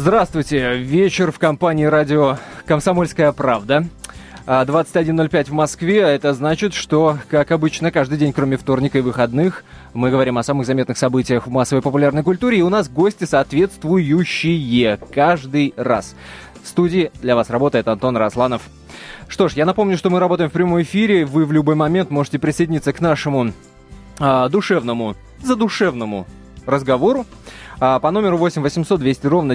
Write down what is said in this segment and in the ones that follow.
Здравствуйте. Вечер в компании радио «Комсомольская правда». 21:05 в Москве. Это значит, что, как обычно, каждый день, кроме вторника и выходных, мы говорим о самых заметных событиях в массовой популярной культуре. И у нас гости соответствующие каждый раз. В студии для вас работает Антон Росланов. Что ж, я напомню, что мы работаем в прямом эфире. Вы в любой момент можете присоединиться к нашему задушевному разговору по номеру 8 800 200 ровно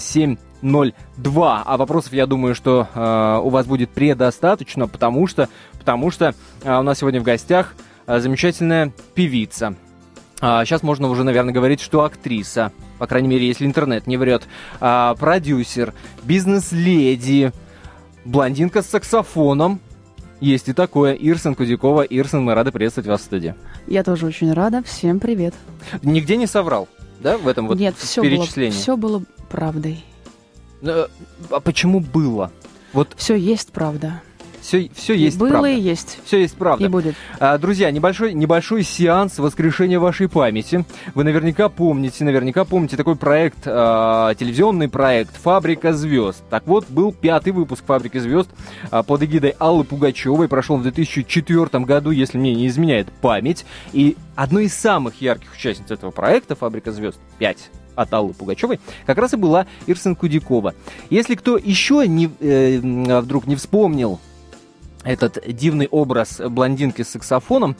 9702. А вопросов, я думаю, что у вас будет предостаточно, потому что у нас сегодня в гостях замечательная певица. Сейчас можно уже, наверное, говорить, что актриса, по крайней мере, если интернет не врет, продюсер, бизнес-леди, блондинка с саксофоном. Есть и такое. Ирсен Кудякова. Ирсен, мы рады приветствовать вас в студии. Я тоже очень рада. Всем привет. Нигде не соврал, да, в этом вот Нет, перечислении? Нет, все было правдой. А почему было? Вот все есть правда. Все есть было правда. И есть. Все есть правда. И будет. Друзья, небольшой сеанс воскрешения вашей памяти. Вы наверняка помните такой проект, телевизионный проект «Фабрика звезд». Так вот, был 5-й выпуск «Фабрики звезд» под эгидой Аллы Пугачевой. Прошел в 2004 году, если мне не изменяет память. И одной из самых ярких участниц этого проекта «Фабрика звезд» 5 от Аллы Пугачевой, как раз и была Ирсен Кудякова. Если кто еще вдруг не вспомнил этот дивный образ блондинки с саксофоном,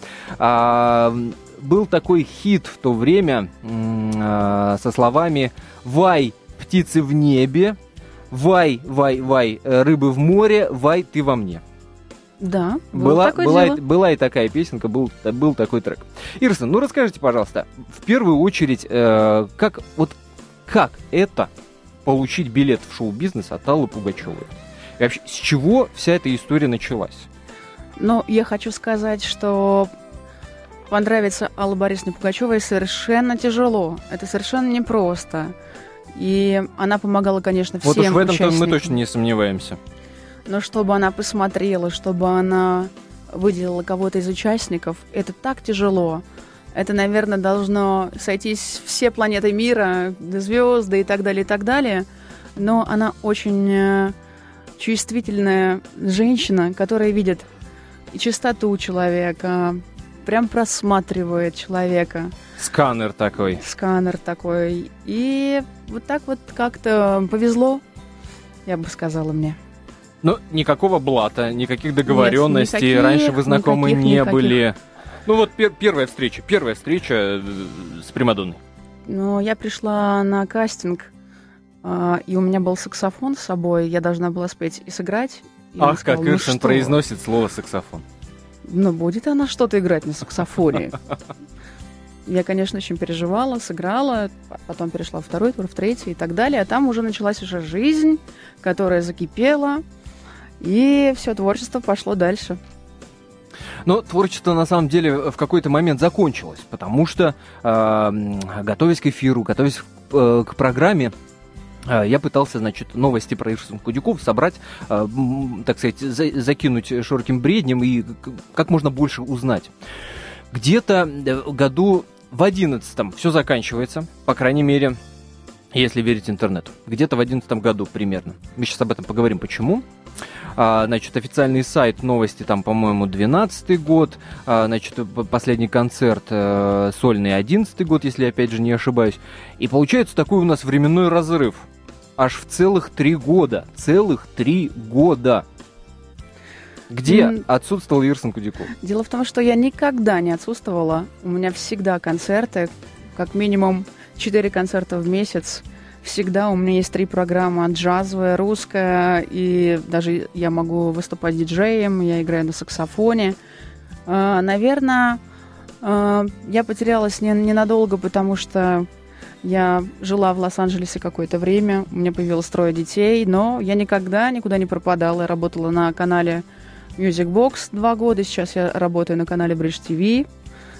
был такой хит в то время со словами «Вай, птицы в небе, вай, вай, вай, рыбы в море, вай, ты во мне». Да, была и такая песенка, был такой трек. Ирсен, расскажите, пожалуйста, в первую очередь, как это получить билет в шоу-бизнес от Аллы Пугачевой? И вообще, с чего вся эта история началась? Я хочу сказать, что понравиться Алле Борисовне Пугачевой совершенно тяжело. Это совершенно непросто. И она помогала, конечно, всем участникам. Вот уж в этом-то мы точно не сомневаемся. Но чтобы она посмотрела, чтобы она выделила кого-то из участников, это так тяжело. Это, наверное, должно сойтись все планеты мира, звезды и так далее, и так далее. Но она очень чувствительная женщина, которая видит и чистоту человека, прям просматривает человека. Сканер такой. И вот так вот как-то повезло, я бы сказала мне. Но никакого блата, никаких договоренностей. Нет, раньше вы знакомы не были. Первая встреча с примадонной. Я пришла на кастинг, и у меня был саксофон с собой, я должна была спеть и сыграть. И ах, сказал, как Ирсен произносит слово «саксофон». Будет она что-то играть на саксофоне. Я, конечно, очень переживала, сыграла, потом перешла в второй тур, в третий и так далее. А там уже началась жизнь, которая закипела, и все творчество пошло дальше. Но творчество, на самом деле, в какой-то момент закончилось, потому что, готовясь к эфиру, готовясь к программе, я пытался, новости про Ирсен Кудякову собрать, так сказать, закинуть широким бреднем и как можно больше узнать. Где-то году в 11-м все заканчивается, по крайней мере, если верить интернету. Где-то в 11-м году примерно. Мы сейчас об этом поговорим, почему. Официальный сайт новости, там, по-моему, 12-й год. Последний концерт сольный 11-й год, если я, опять же, не ошибаюсь. И получается такой у нас временной разрыв. Аж в целых 3 года. Где отсутствовал Ирсен Кудякова? Дело в том, что я никогда не отсутствовала. У меня всегда концерты, как минимум 4 концерта в месяц. Всегда у меня есть 3 программы: джазовая, русская, и даже я могу выступать диджеем, я играю на саксофоне. Наверное, я потерялась ненадолго, потому что я жила в Лос-Анджелесе какое-то время, у меня появилось 3 детей, но я никогда никуда не пропадала. Я работала на канале Music Box 2 года, сейчас я работаю на канале Bridge TV.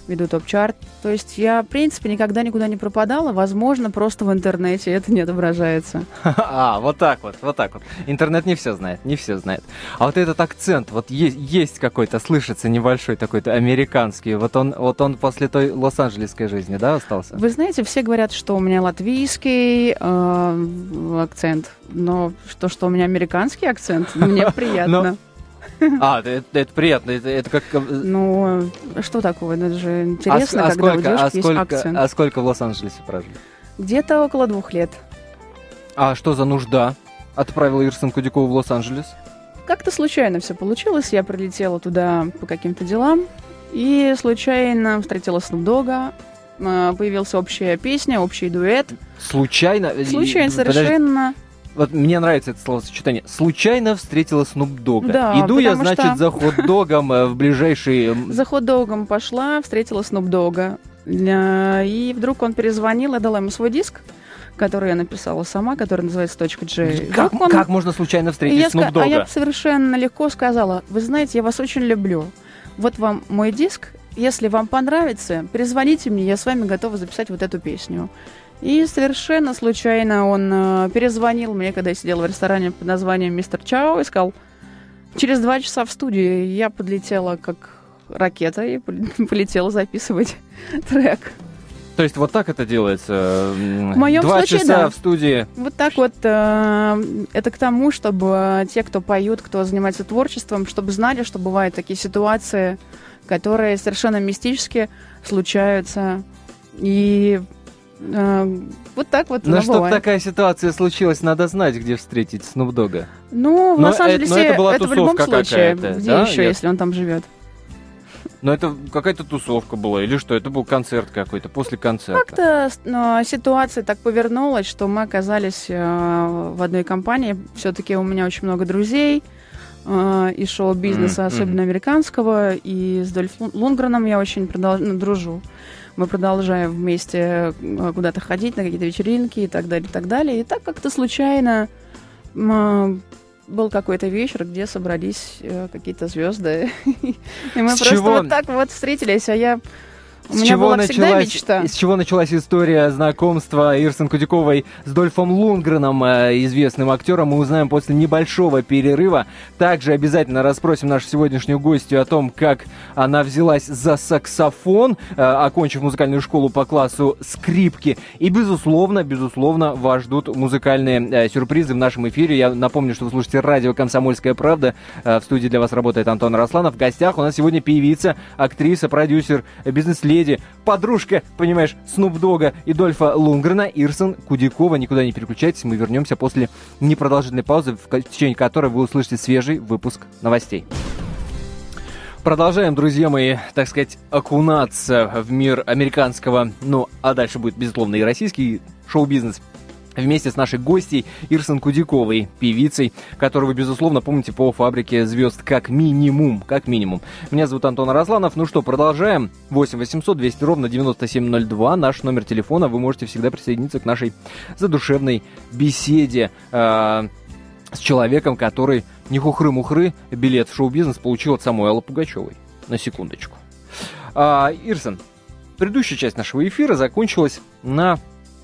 веду топ-чарт. То есть я, в принципе, никогда никуда не пропадала. Возможно, просто в интернете это не отображается. Вот так вот. Интернет не все знает. А вот этот акцент, вот есть какой-то, слышится небольшой такой-то американский. Вот он после той лос-анджелесской жизни, да, остался? Вы знаете, все говорят, что у меня латвийский акцент, но что у меня американский акцент, мне приятно. Это приятно, это как... Ну, что такого? Это же интересно, когда у девушки есть акцент. А сколько в Лос-Анджелесе прожили? Где-то около 2 лет. А что за нужда отправила Ирсен Кудякова в Лос-Анджелес? Как-то случайно все получилось. Я прилетела туда по каким-то делам и случайно встретила Снуп Догга. Появилась общая песня, общий дуэт. Случайно? Случайно совершенно. Вот мне нравится это словосочетание. Случайно встретила Снуп Догга. Да, иду я, значит, за хот-догом в ближайший... За хот-догом пошла, встретила Снуп Догга. И вдруг он перезвонил, я дала ему свой диск, который я написала сама, который называется .j. Как можно случайно встретить Снуп Догга? А я совершенно легко сказала: вы знаете, я вас очень люблю. Вот вам мой диск. Если вам понравится, перезвоните мне, я с вами готова записать вот эту песню. И совершенно случайно он перезвонил мне, когда я сидела в ресторане под названием «Мистер Чао», и сказал: через 2 часа в студии. Я подлетела как ракета и полетела записывать трек. То есть вот так это делается? В моем 2 случае, часа да. в студии? Вот так вот. Это к тому, чтобы те, кто поют, кто занимается творчеством, чтобы знали, что бывают такие ситуации, которые совершенно мистически случаются. И вот так вот. Но чтобы такая ситуация случилась, надо знать, где встретить Снуп Догга. Ну, в Лос-Анджелесе это в любом случае. Где да? еще, если он там живет? Но это какая-то тусовка была, или что? Это был концерт какой-то, после концерта? Как-то ситуация так повернулась, что мы оказались в одной компании. Все-таки у меня очень много друзей из шоу-бизнеса, особенно американского, и с Дольфом Лундгреном я очень дружу. Мы продолжаем вместе куда-то ходить на какие-то вечеринки и так далее, и так далее. И так как-то случайно был какой-то вечер, где собрались какие-то звезды. И мы просто вот так вот встретились, у меня была всегда мечта. С чего началась история знакомства Ирсен Кудяковой с Дольфом Лундгреном, известным актером, мы узнаем после небольшого перерыва. Также обязательно расспросим нашу сегодняшнюю гостью о том, как она взялась за саксофон, окончив музыкальную школу по классу скрипки. И, безусловно, вас ждут музыкальные сюрпризы в нашем эфире. Я напомню, что вы слушаете радио «Комсомольская правда». В студии для вас работает Антон Арасланов. В гостях у нас сегодня певица, актриса, продюсер, бизнес-леди, подружка, понимаешь, Снуп Догга и Дольфа Лундгрена, Ирсен Кудякова. Никуда не переключайтесь, мы вернемся после непродолжительной паузы, в течение которой вы услышите свежий выпуск новостей. Продолжаем, друзья мои, так сказать, окунаться в мир американского, а дальше будет, безусловно, и российский шоу-бизнес. Вместе с нашей гостьей Ирсен Кудяковой, певицей, которую вы, безусловно, помните по «Фабрике звезд» как минимум. Меня зовут Антон Арасланов. Ну что, продолжаем. 8 800 200 ровно 9702. Наш номер телефона. Вы можете всегда присоединиться к нашей задушевной беседе с человеком, который не хухры-мухры билет в шоу-бизнес получил от самой Аллы Пугачевой. На секундочку. Ирсен, предыдущая часть нашего эфира закончилась на...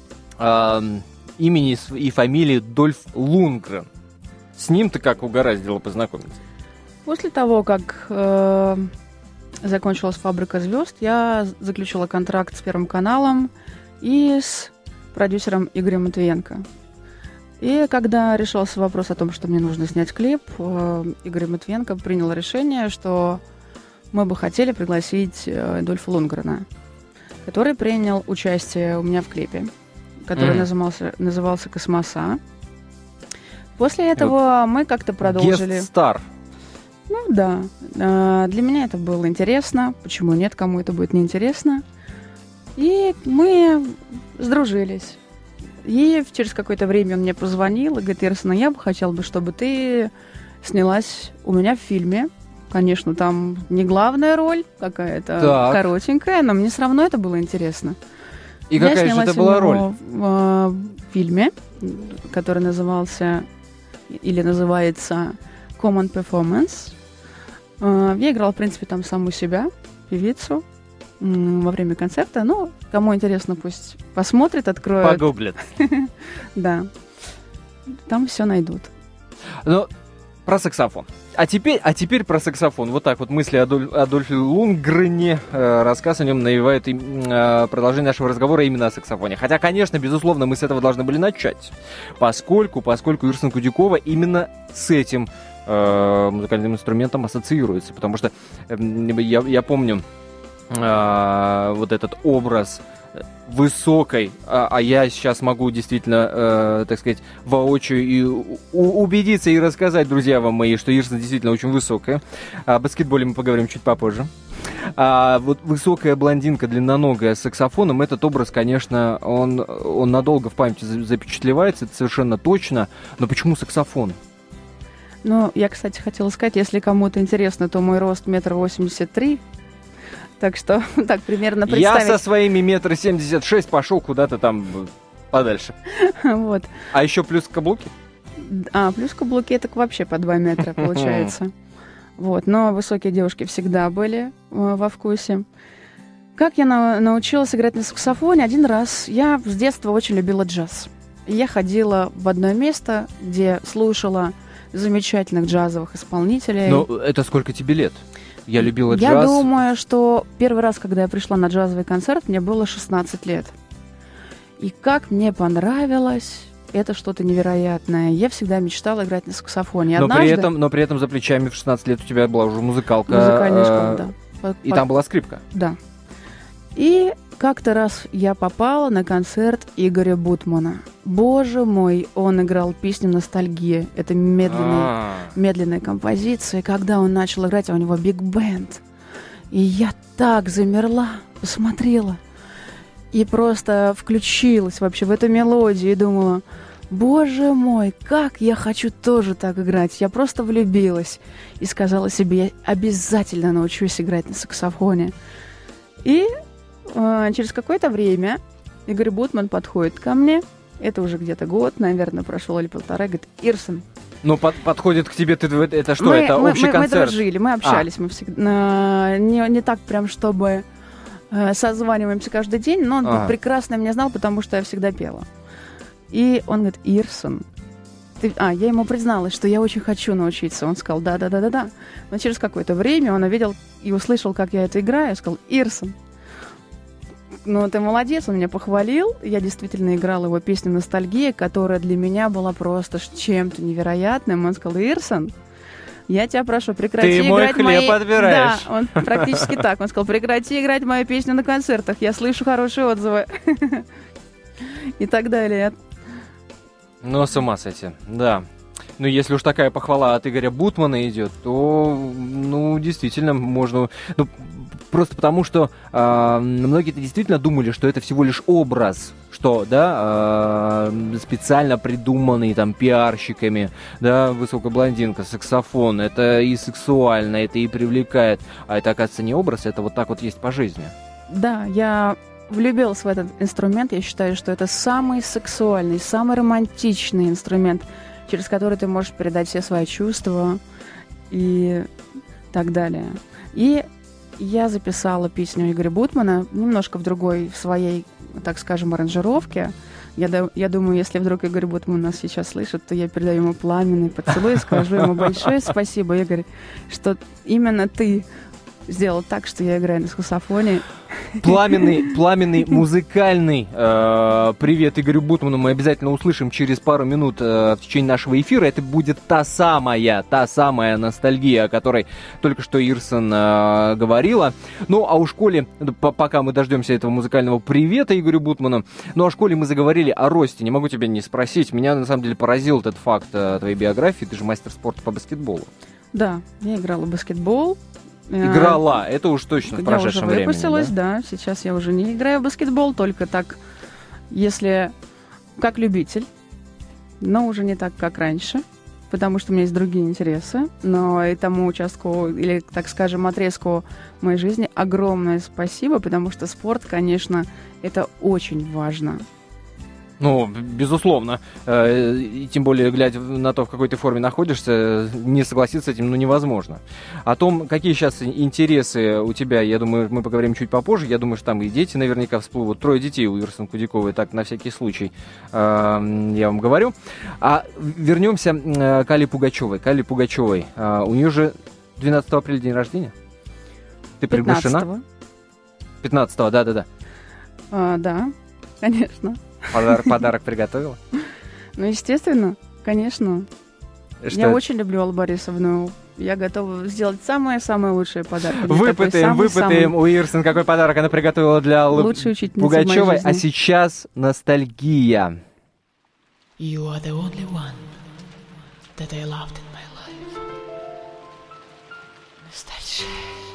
имени и фамилии Дольф Лундгрен. С ним ты как угораздило познакомиться? После того, как закончилась «Фабрика звезд», я заключила контракт с Первым каналом и с продюсером Игорем Матвиенко. И когда решился вопрос о том, что мне нужно снять клип, Игорь Матвиенко принял решение, что мы бы хотели пригласить Дольфа Лундгрена, который принял участие у меня в клипе, который назывался «Космоса». После этого мы как-то продолжили... Гест-стар. Ну да. Для меня это было интересно. Почему нет? Кому это будет неинтересно? И мы сдружились. И через какое-то время он мне позвонил и говорит: Ирсен, я бы хотел, чтобы ты снялась у меня в фильме. Конечно, там не главная роль, какая-то коротенькая, но мне все равно это было интересно. И какая же это была роль? В фильме, который назывался или называется Common Performance. Я играла, в принципе, там саму себя, певицу. во время концерта. Ну, кому интересно, пусть посмотрит, откроет. Погуглит. Да. Там все найдут. Но про саксофон. А теперь про саксофон. Вот так вот мысли о Дольфе Лундгрене. Рассказ о нем навевает продолжение нашего разговора именно о саксофоне. Хотя, конечно, безусловно, мы с этого должны были начать. Поскольку Ирсен Кудякова именно с этим музыкальным инструментом ассоциируется. Потому что я помню вот этот образ высокой, а я сейчас могу действительно, так сказать, воочию и убедиться и рассказать, друзья вам мои, что Ирсен действительно очень высокая. О баскетболе мы поговорим чуть попозже. Вот высокая блондинка, длинноногая с саксофоном, этот образ, конечно, он надолго в памяти запечатлевается, это совершенно точно. Но почему саксофон? Ну, я, кстати, хотела сказать, если кому-то интересно, то мой рост 1,83 м. Так что, так примерно представить. Я со своими 1,76 м пошел куда-то там подальше. Вот. А еще плюс каблуки? Плюс каблуки, это вообще по 2 метра получается. Вот. Но высокие девушки всегда были во вкусе. Как я научилась играть на саксофоне? Один раз. Я с детства очень любила джаз. Я ходила в одно место, где слушала замечательных джазовых исполнителей. Ну, это сколько тебе лет? Я любила джаз. Я думаю, что первый раз, когда я пришла на джазовый концерт, мне было 16 лет. И как мне понравилось, это что-то невероятное. Я всегда мечтала играть на саксофоне. Но при этом за плечами в 16 лет у тебя была уже музыкалка. Музыкальная школа, да. И там была скрипка. Да. И как-то раз я попала на концерт Игоря Бутмана. Боже мой, он играл песню «Ностальгия». Это медленная композиция. Когда он начал играть, у него биг-бенд. И я так замерла, посмотрела. И просто включилась вообще в эту мелодию и думала, боже мой, как я хочу тоже так играть. Я просто влюбилась и сказала себе, я обязательно научусь играть на саксофоне. И через какое-то время Игорь Бутман подходит ко мне. Это уже где-то год, наверное, прошел или полтора. Говорит, Ирсен. Ну, подходит к тебе, это что, это общий концерт? Мы дружили, мы общались. Мы всегда, не так прям, чтобы созваниваемся каждый день, но он прекрасно меня знал, потому что я всегда пела. И он говорит, Ирсен. Я ему призналась, что я очень хочу научиться. Он сказал, да. Но через какое-то время он увидел и услышал, как я это играю, и сказал, Ирсен. Ну, ты молодец, он меня похвалил. Я действительно играла его песню «Ностальгия», которая для меня была просто чем-то невероятным. Он сказал, Ирсен, я тебя прошу, прекрати играть мои... Ты мой хлеб отбираешь. Да, он практически так. Он сказал, прекрати играть мою песню на концертах. Я слышу хорошие отзывы. И так далее. Ну, с ума сойти, да. Ну, если уж такая похвала от Игоря Бутмана идет, то, ну, действительно, можно... Ну, просто потому, что многие-то действительно думали, что это всего лишь образ, что, да, специально придуманный там пиарщиками, да, высокая блондинка, саксофон, это и сексуально, это и привлекает, а это, оказывается, не образ, это вот так вот есть по жизни. Да, я влюбилась в этот инструмент, я считаю, что это самый сексуальный, самый романтичный инструмент, через который ты можешь передать все свои чувства и так далее. И я записала песню Игоря Бутмана немножко в другой, в своей, так скажем, аранжировке. Я думаю, если вдруг Игорь Бутман нас сейчас слышит, то я передаю ему пламенный поцелуй и скажу ему большое спасибо, Игорь, что именно ты сделал так, что я играю на саксофоне. Пламенный музыкальный привет Игорю Бутману мы обязательно услышим через пару минут в течение нашего эфира. Это будет та самая ностальгия, о которой только что Ирсен говорила. Ну, а у школе, пока мы дождемся этого музыкального привета Игорю Бутману, ну, о школе мы заговорили о росте. Не могу тебя не спросить. Меня, на самом деле, поразил этот факт твоей биографии. Ты же мастер спорта по баскетболу. Да, я играла в баскетбол. Играла, это уж точно в прошедшем времени. Я уже выпустилась, да. Сейчас я уже не играю в баскетбол, только так, если как любитель, но уже не так, как раньше, потому что у меня есть другие интересы. Но этому участку, или, так скажем, отрезку моей жизни огромное спасибо, потому что спорт, конечно, это очень важно. Ну, безусловно. И тем более, глядя на то, в какой ты форме находишься, не согласиться с этим невозможно. О том, какие сейчас интересы у тебя, я думаю, мы поговорим чуть попозже. Я думаю, что там и дети наверняка всплывут. 3 детей у Ирсен Кудяковой, так, на всякий случай, я вам говорю. А вернемся к Алле Пугачевой. К Алле Пугачевой. У нее же 12 апреля день рождения? Ты приглашена? 15-го, да-да-да. Да, конечно. Подарок приготовила? Ну, естественно, конечно. Я очень люблю Аллу Борисовну. Я готова сделать самые-самые лучшие подарки. Выпытаем у Ирсен, какой подарок она приготовила для Аллы Пугачевой. А сейчас ностальгия. You are the only one that I loved in my life. Ностальгия.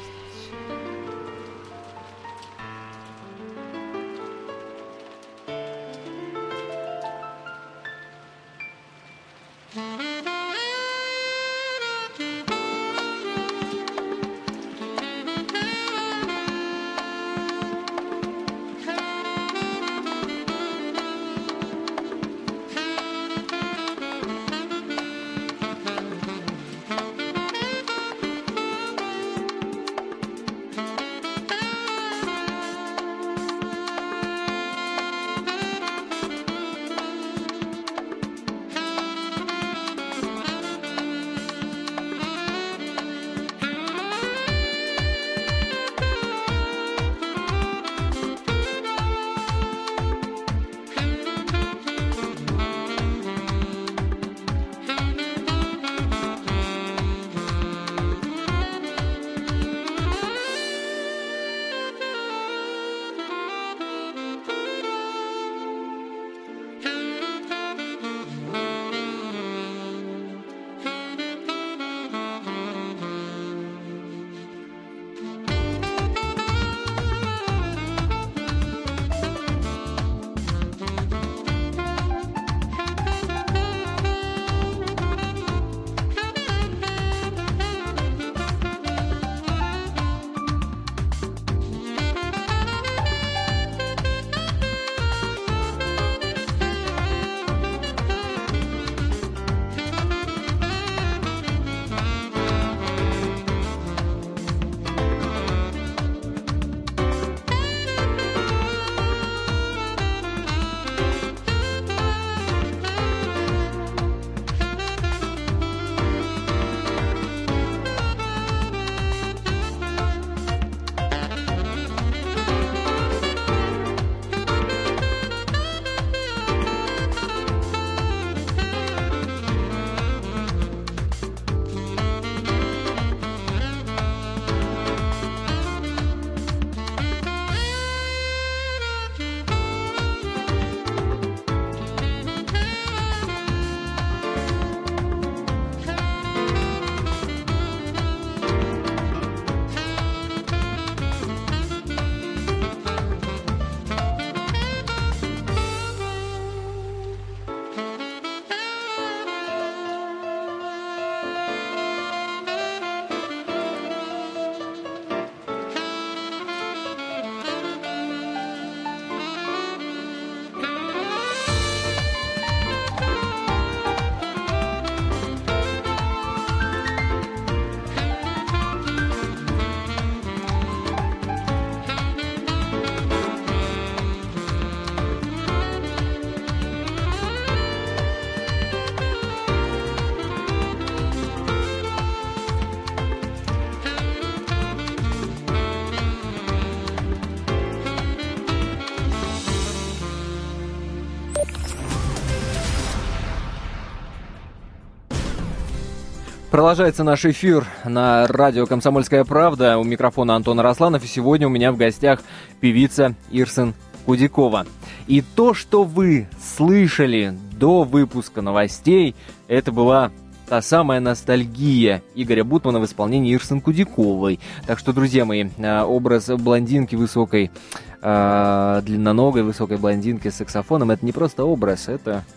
Продолжается наш эфир на радио «Комсомольская правда». У микрофона Антон Арасланов. И сегодня у меня в гостях певица Ирсен Кудякова. И то, что вы слышали до выпуска новостей, это была та самая ностальгия Игоря Бутмана в исполнении Ирсен Кудяковой. Так что, друзья мои, образ блондинки длинноногой высокой блондинки с саксофоном — это не просто образ, это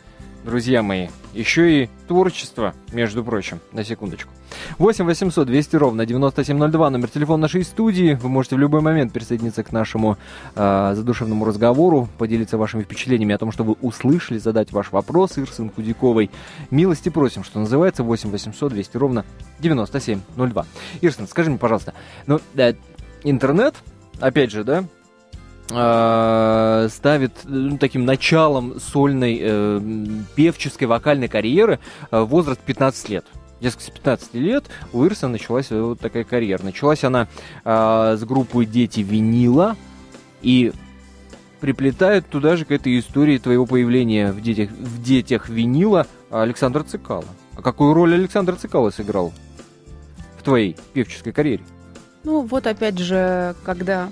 друзья мои, еще и творчество, между прочим, на секундочку. 8 800 200 ровно 9702, номер телефона нашей студии. Вы можете в любой момент присоединиться к нашему задушевному разговору, поделиться вашими впечатлениями о том, что вы услышали, задать ваш вопрос Ирсен Кудяковой. Милости просим, что называется, 8 800 200 ровно 9702. Ирсен, скажи мне, пожалуйста, интернет, опять же, да, ставит таким началом сольной певческой вокальной карьеры возраст 15 лет. Дескать, с 15 лет у Ирсена началась вот такая карьера. Началась она с группы «Дети винила», и приплетают туда же к этой истории твоего появления в «Детях винила» Александр Цикало. А какую роль Александр Цикало сыграл в твоей певческой карьере? Ну, вот опять же, когда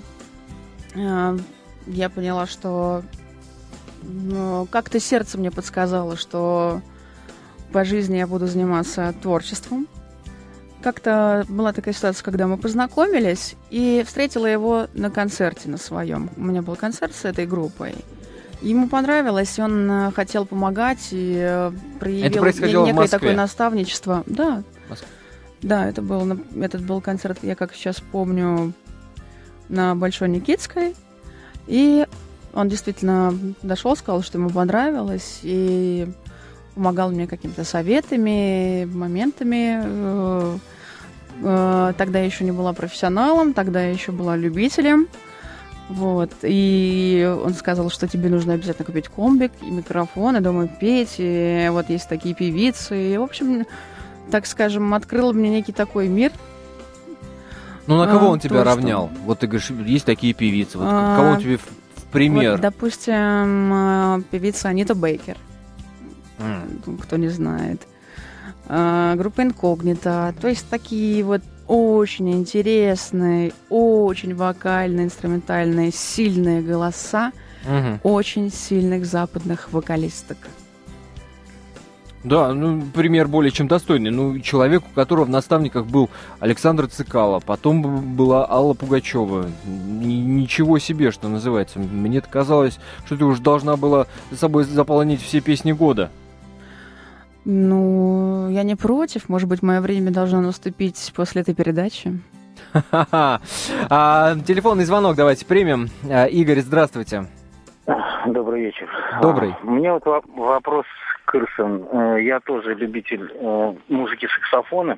я поняла, что как-то сердце мне подсказало, что по жизни я буду заниматься творчеством. Как-то была такая ситуация, когда мы познакомились, и встретила его на концерте на своем. У меня был концерт с этой группой. Ему понравилось, он хотел помогать и проявил некое такое наставничество. Да, да, этот был концерт, я как сейчас помню, на Большой Никитской. И он действительно дошел, сказал, что ему понравилось, и помогал мне какими-то советами, моментами. Тогда я еще не была профессионалом, тогда я еще была любителем. Вот. И он сказал, что тебе нужно обязательно купить комбик и микрофон, и дома петь, и вот есть такие певицы. И, в общем, так скажем, открыл мне некий такой мир. Ну, на кого он тебя равнял? Вот ты говоришь, есть такие певицы. Вот кого он тебе в пример? Вот, допустим, певица Анита Бейкер. Кто не знает. Группа Инкогнито. То есть такие вот очень интересные, очень вокальные, инструментальные, сильные голоса очень сильных западных вокалисток. Да, ну, пример более чем достойный. Ну, человек, у которого в наставниках был Александр Цикало, потом была Алла Пугачева. Ничего себе, что называется. Мне-то казалось, что ты уже должна была за собой заполонить все песни года. Ну, я не против. Может быть, мое время должно наступить после этой передачи. Телефонный звонок давайте примем. Игорь, здравствуйте. Добрый вечер. Добрый. У меня вот вопрос к Ирсен. Я тоже любитель музыки саксофона.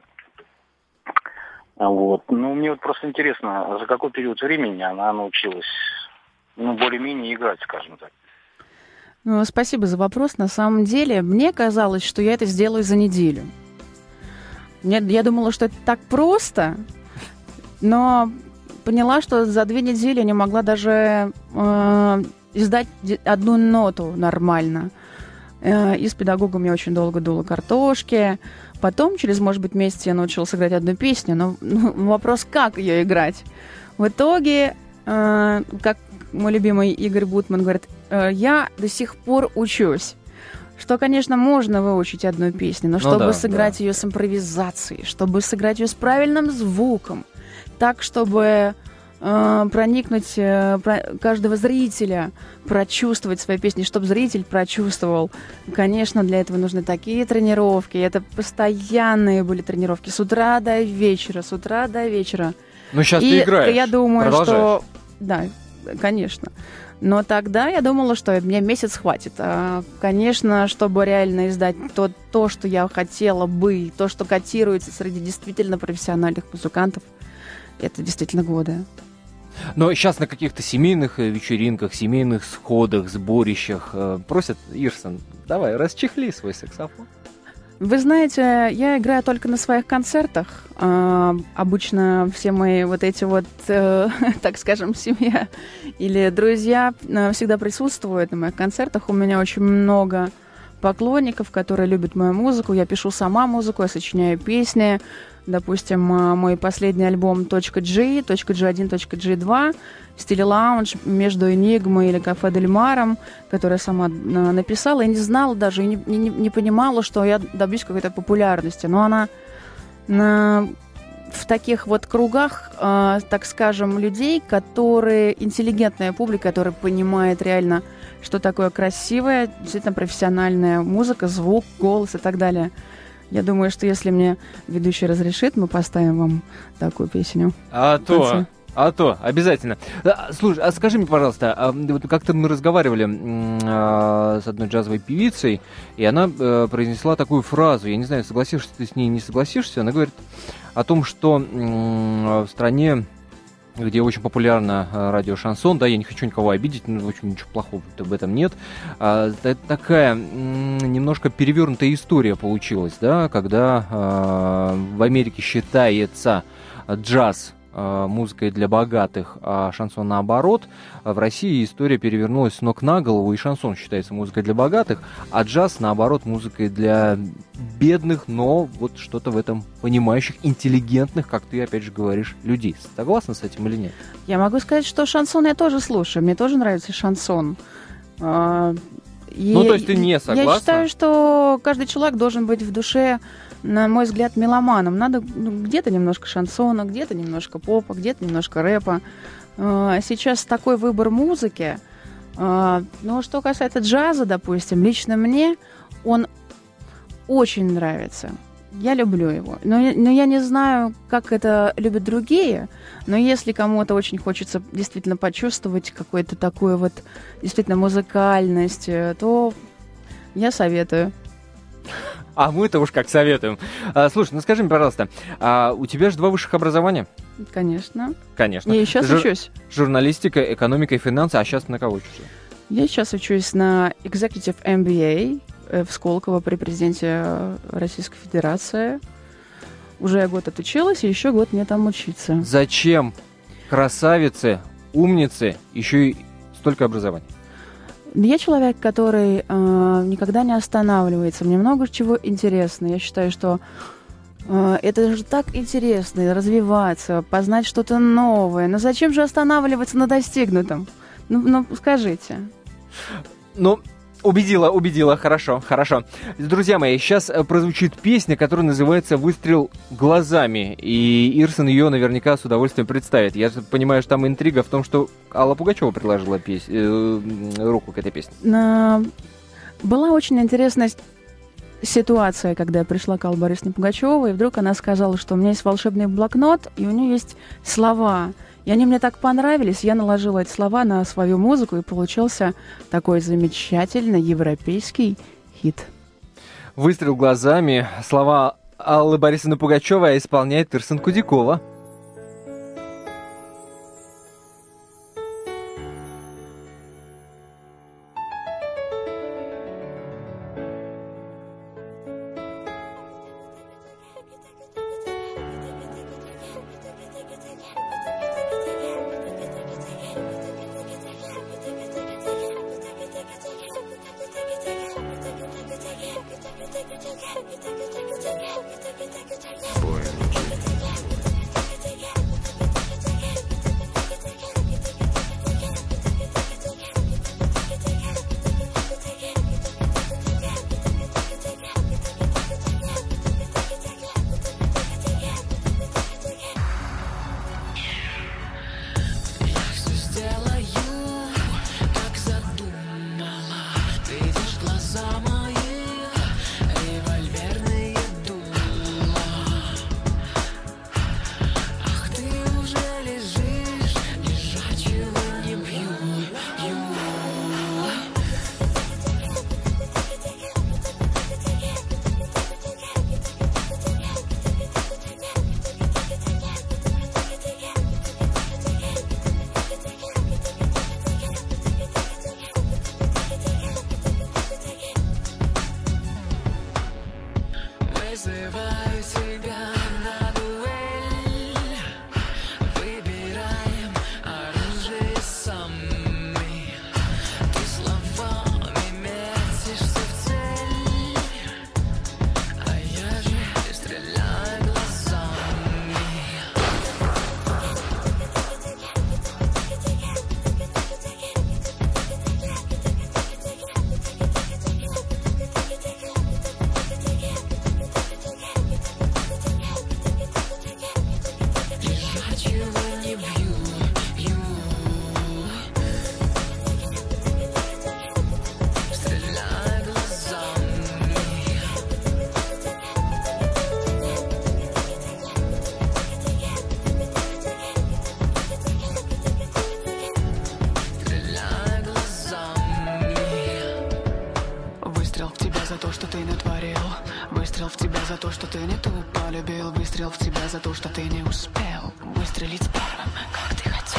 Вот. Но мне вот просто интересно, за какой период времени она научилась, более-менее играть, скажем так. Ну, спасибо за вопрос. На самом деле, мне казалось, что я это сделаю за неделю. Я думала, что это так просто, но поняла, что за 2 недели я не могла даже издать одну ноту нормально. И с педагогом я очень долго дула картошки. Потом, через, может быть, месяц я научилась играть одну песню, но вопрос, как ее играть. В итоге, как мой любимый Игорь Бутман говорит, я до сих пор учусь. Что, конечно, можно выучить одну песню, но чтобы сыграть ее с импровизацией, чтобы сыграть ее с правильным звуком, так, чтобы проникнуть каждого зрителя, прочувствовать свои песни, чтобы зритель прочувствовал. Конечно, для этого нужны такие тренировки. Это постоянные были тренировки с утра до вечера, с утра до вечера. Ну, сейчас ты играешь. Я думаю, что... Да, конечно. Но тогда я думала, что мне месяц хватит. Конечно, чтобы реально издать то, что я хотела бы, то, что котируется среди действительно профессиональных музыкантов, это действительно годы. Но сейчас на каких-то семейных вечеринках, семейных сходах, сборищах просят: Ирсен, давай, расчехли свой саксофон. Вы знаете, я играю только на своих концертах. Обычно все мои вот эти вот, так скажем, семья или друзья всегда присутствуют на моих концертах. У меня очень много поклонников, которые любят мою музыку. Я пишу сама музыку, я сочиняю песни. Допустим, мой последний альбом .G, .G1, .G2 в стиле лаунж между Энигмой или Кафе Дель Маром, который я сама написала. Я не знала даже, и не понимала, что я добьюсь какой-то популярности. Но она в таких вот кругах, так скажем, людей, которые интеллигентная публика, которая понимает реально, что такое красивая, действительно профессиональная музыка, звук, голос и так далее. Я думаю, что если мне ведущий разрешит, мы поставим вам такую песню. А то, обязательно. Слушай, а скажи мне, пожалуйста, вот как-то мы разговаривали с одной джазовой певицей, и она произнесла такую фразу, я не знаю, согласишься ты с ней, не согласишься, она говорит о том, что в стране, где очень популярно радио «Шансон», да, я не хочу никого обидеть, в общем, ничего плохого в этом нет, такая немножко перевернутая история получилась, да, когда в Америке считается джаз музыкой для богатых, а шансон наоборот. В России история перевернулась с ног на голову, и шансон считается музыкой для богатых, а джаз, наоборот, музыкой для бедных, но вот что-то в этом понимающих, интеллигентных, как ты опять же говоришь, людей. Согласна с этим или нет? Я могу сказать, что шансон я тоже слушаю, мне тоже нравится шансон. То есть ты не согласна? Я считаю, что каждый человек должен быть в душе, на мой взгляд, меломаном. Надо где-то немножко шансона, где-то немножко попа, где-то немножко рэпа. Сейчас такой выбор музыки. Но что касается джаза, допустим, лично мне он очень нравится. Я люблю его. Но я не знаю, как это любят другие. Но если кому-то очень хочется действительно почувствовать какую-то такую вот действительно музыкальность, то я советую. А мы-то уж как советуем. Слушай, ну скажи мне, пожалуйста, у тебя же 2 высших образования? Конечно. Конечно. Я сейчас учусь. Журналистика, экономика и финансы. А сейчас на кого учишься? Я сейчас учусь на Executive MBA в Сколково при президенте Российской Федерации. Уже год отучилась, и еще год мне там учиться. Зачем красавице, умнице еще и столько образований? Я человек, который никогда не останавливается. Мне много чего интересно. Я считаю, что это же так интересно развиваться, познать что-то новое. Но зачем же останавливаться на достигнутом? Ну скажите. Ну, убедила, хорошо. Друзья мои, сейчас прозвучит песня, которая называется «Выстрел глазами», и Ирсон ее наверняка с удовольствием представит. Я понимаю, что там интрига в том, что Алла Пугачева предложила руку к этой песне. Была очень интересная ситуация, когда я пришла к Алле Борисовне Пугачевой, и вдруг она сказала, что у меня есть волшебный блокнот, и у нее есть слова. И они мне так понравились, я наложила эти слова на свою музыку, и получился такой замечательный европейский хит. «Выстрел глазами», слова Аллы Борисовны Пугачевой, исполняет Ирсон Кудякова. натворил. Выстрел в тебя за то, что ты не тупо полюбил. Выстрел в тебя за то, что ты не успел выстрелить первым, как ты хотел.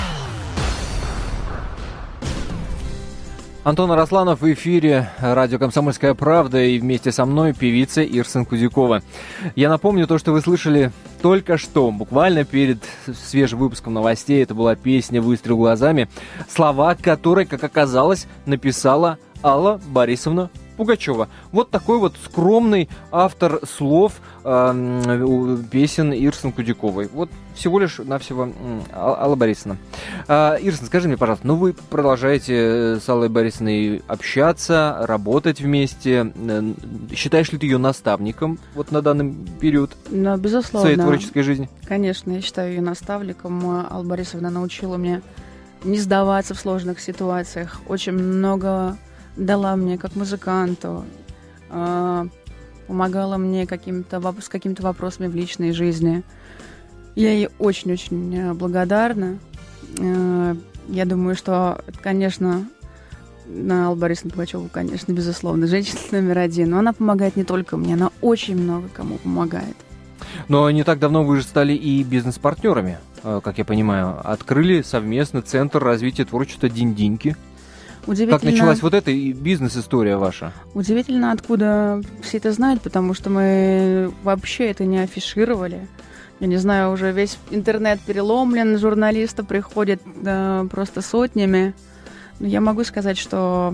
Антон Арасланов в эфире радио «Комсомольская правда» и вместе со мной певица Ирсен Кудякова. Я напомню то, что вы слышали только что, буквально перед свежим выпуском новостей. Это была песня «Выстрел глазами», слова которой, как оказалось, написала Алла Борисовна Пугачева. Вот такой вот скромный автор слов песен Ирсен Кудяковой. Вот всего лишь навсего Алла Борисовна. Ирсен, скажи мне, пожалуйста, вы продолжаете с Аллой Борисовной общаться, работать вместе. Считаешь ли ты ее наставником вот на данный период безусловно, своей творческой жизни? Конечно, я считаю ее наставником. Алла Борисовна научила меня не сдаваться в сложных ситуациях. Очень много дала мне как музыканту, помогала мне с какими-то вопросами в личной жизни. Я ей очень-очень благодарна. Я думаю, что, конечно, Алла Борисовна Пугачева, конечно, безусловно, женщина номер один. Но она помогает не только мне, она очень много кому помогает. Но не так давно вы же стали и бизнес-партнерами, как я понимаю. Открыли совместно Центр развития творчества «Динь-Диньки». Как началась вот эта бизнес-история ваша? Удивительно, откуда все это знают, потому что мы вообще это не афишировали. Я не знаю, уже весь интернет переломлен, журналисты приходят просто сотнями. Но я могу сказать, что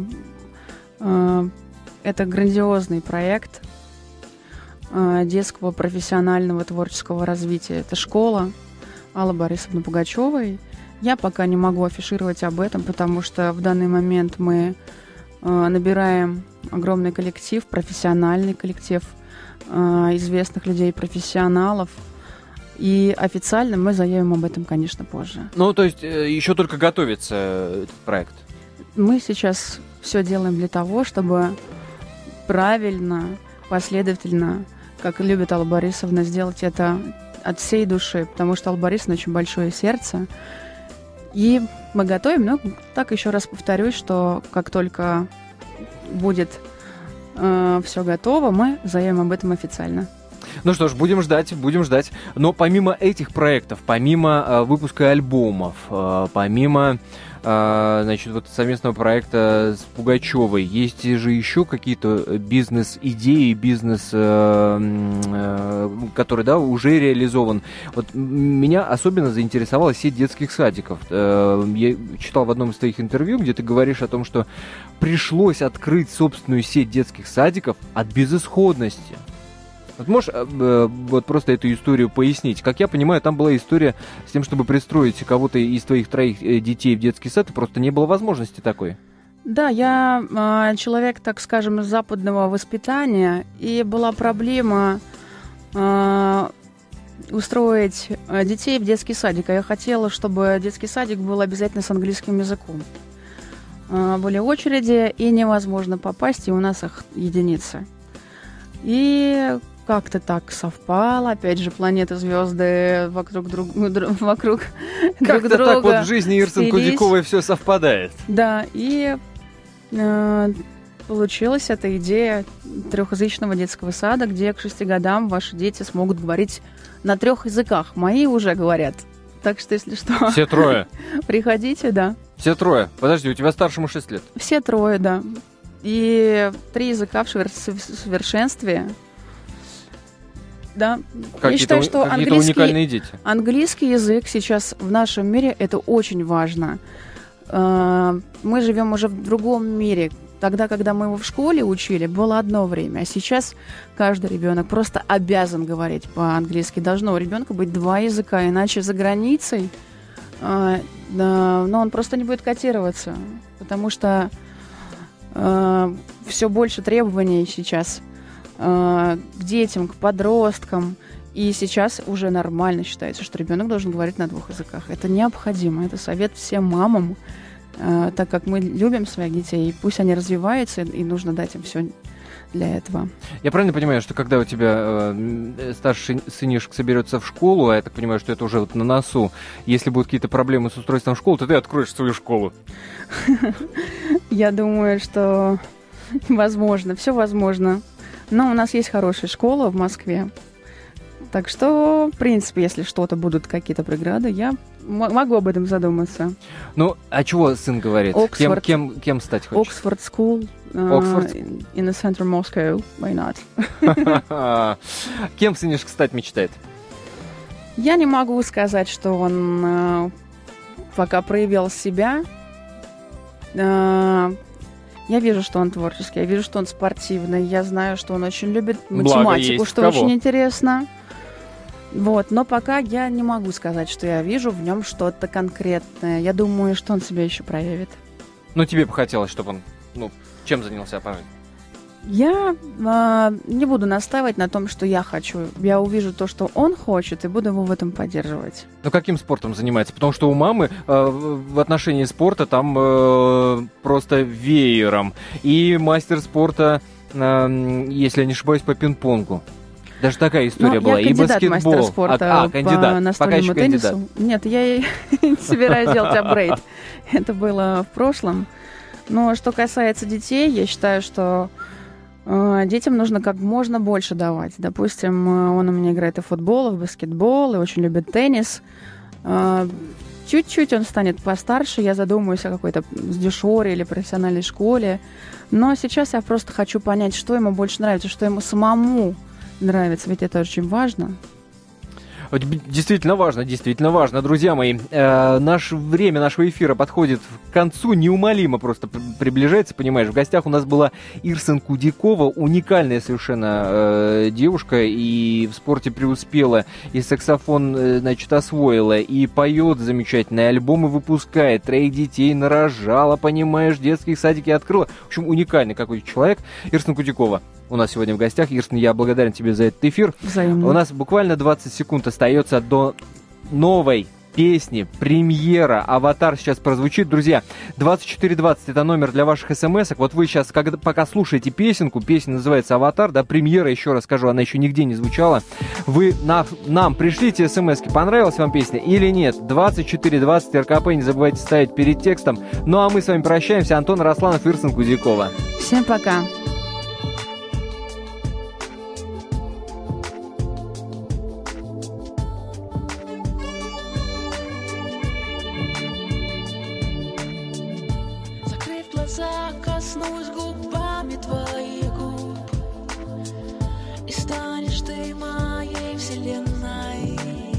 это грандиозный проект детского профессионального творческого развития. Это школа Аллы Борисовны Пугачевой. Я пока не могу афишировать об этом, потому что в данный момент мы набираем огромный коллектив, профессиональный коллектив известных людей, профессионалов. И официально мы заявим об этом, конечно, позже. Ну, то есть еще только готовится этот проект? Мы сейчас все делаем для того, чтобы правильно, последовательно, как любит Алла Борисовна, сделать это от всей души, потому что Алла Борисовна очень большое сердце. И мы готовим, но так еще раз повторюсь, что как только будет все готово, мы заявим об этом официально. Ну что ж, будем ждать. Но помимо этих проектов, помимо выпуска альбомов, помимо совместного проекта с Пугачевой, есть же еще какие-то бизнес-идеи, который, уже реализован. Вот меня особенно заинтересовала сеть детских садиков. Я читал в одном из твоих интервью, где ты говоришь о том, что пришлось открыть собственную сеть детских садиков от безысходности. Вот можешь просто эту историю пояснить? Как я понимаю, там была история с тем, чтобы пристроить кого-то из твоих 3 детей в детский сад, и просто не было возможности такой. Да, я человек, так скажем, западного воспитания, и была проблема устроить детей в детский садик. А я хотела, чтобы детский садик был обязательно с английским языком. Были очереди, и невозможно попасть, и у нас их единицы. И как-то так совпало, опять же, планеты, звезды вокруг друг друга. Как-то так вот в жизни Ирсен Кудяковой все совпадает. Да, и получилась эта идея 3-язычного детского сада, где к 6 годам ваши дети смогут говорить на 3 языках. Мои уже говорят. Так что, если что... Все 3? Приходите, да. Все 3? Подожди, у тебя старшему 6 лет? Все 3, да. И 3 языка в совершенстве. Да. Я считаю, что уникальные дети. Английский язык сейчас в нашем мире это очень важно. Мы живем уже в другом мире. Тогда, когда мы его в школе учили, было одно время. А сейчас каждый ребенок просто обязан говорить по-английски. Должно у ребенка быть 2 языка, иначе за границей, он просто не будет котироваться, потому что все больше требований сейчас к детям, к подросткам. И сейчас уже нормально считается, что ребенок должен говорить на 2 языках. Это необходимо. Это совет всем мамам, так как мы любим своих детей. И пусть они развиваются, и нужно дать им все для этого. Я правильно понимаю, что когда у тебя старший сынишек соберется в школу, а я так понимаю, что это уже вот на носу, если будут какие-то проблемы с устройством школы, то ты откроешь свою школу? Я думаю, что возможно, все возможно. Но у нас есть хорошая школа в Москве. Так что, в принципе, если что-то будут какие-то преграды, я могу об этом задуматься. Ну, а чего сын говорит? Оксфорд. Кем стать хочешь? Оксфорд School. Оксфорд? In the center of Moscow. Why not? Кем сынишка стать мечтает? Я не могу сказать, что он пока проявил себя. Я вижу, что он творческий, я вижу, что он спортивный, я знаю, что он очень любит математику, что очень интересно. Вот, но пока я не могу сказать, что я вижу в нем что-то конкретное. Я думаю, что он себя еще проявит. Ну, тебе бы хотелось, чтобы он, чем занялся по жизни? Я не буду настаивать на том, что я хочу. Я увижу то, что он хочет, и буду его в этом поддерживать. Ну, каким спортом занимается? Потому что у мамы в отношении спорта там просто веером. И мастер спорта, если я не ошибаюсь, по пинг-понгу. Даже такая история была. Я кандидат и баскетбол. мастера спорта кандидат. по настольному теннису. Нет, я не собираюсь делать апгрейд. Это было в прошлом. Но что касается детей, я считаю, что детям нужно как можно больше давать. Допустим, он у меня играет и в футбол, и в баскетбол, и очень любит теннис. Чуть-чуть он станет постарше, я задумаюсь о какой-то дешоре или профессиональной школе. Но сейчас я просто хочу понять, что ему больше нравится, что ему самому нравится, ведь это очень важно. Действительно важно, друзья мои. Время нашего эфира подходит к концу, неумолимо просто приближается, понимаешь. В гостях у нас была Ирсен Кудякова, уникальная совершенно девушка, и в спорте преуспела, и саксофон, освоила, и поет замечательно, и альбомы выпускает, 3 детей нарожала, понимаешь, детские садики открыла. В общем, уникальный какой-то человек. Ирсен Кудякова у нас сегодня в гостях. Ирсен, я благодарен тебе за этот эфир. Взаимно. У нас буквально 20 секунд остается до новой песни, премьера. «Аватар» сейчас прозвучит. Друзья, 2420 это номер для ваших смс-ок. Вот вы сейчас, пока слушаете песенку, песня называется «Аватар», да, премьера, еще раз скажу, она еще нигде не звучала. Вы нам пришлите смс-ки, понравилась вам песня или нет. 2420 РКП, не забывайте ставить перед текстом. Ну а мы с вами прощаемся. Антон Росланов, Ирсен Кудякова. Всем пока. Коснусь губами твоих губ, и станешь ты моей вселенной.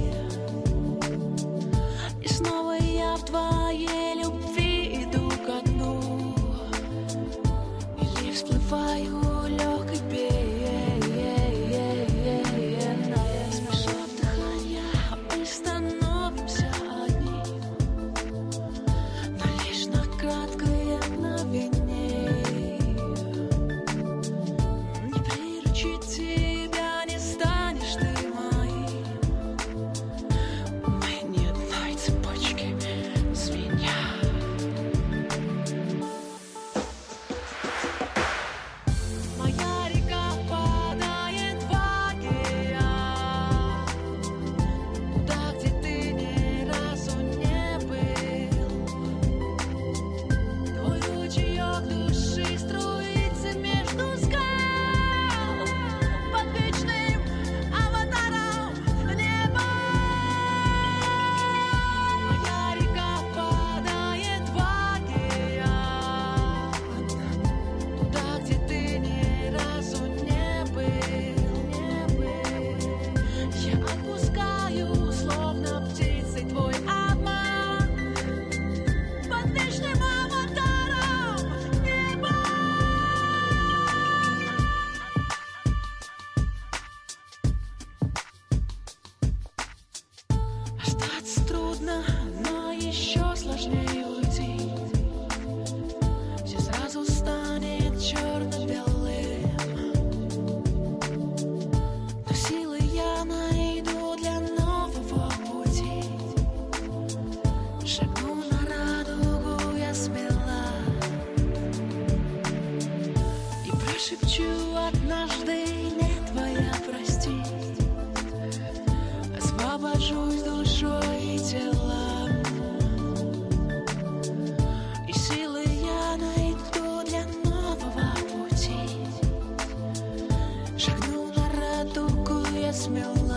И снова я в твоей любви иду ко дну, или всплываю легкой пеной. Смешав дыхание, мы становимся одним, но лишь на краткое мгновение. Шепчу однажды, не твоя простить, освобожусь душой и телом, и силы я найду для нового пути. смела.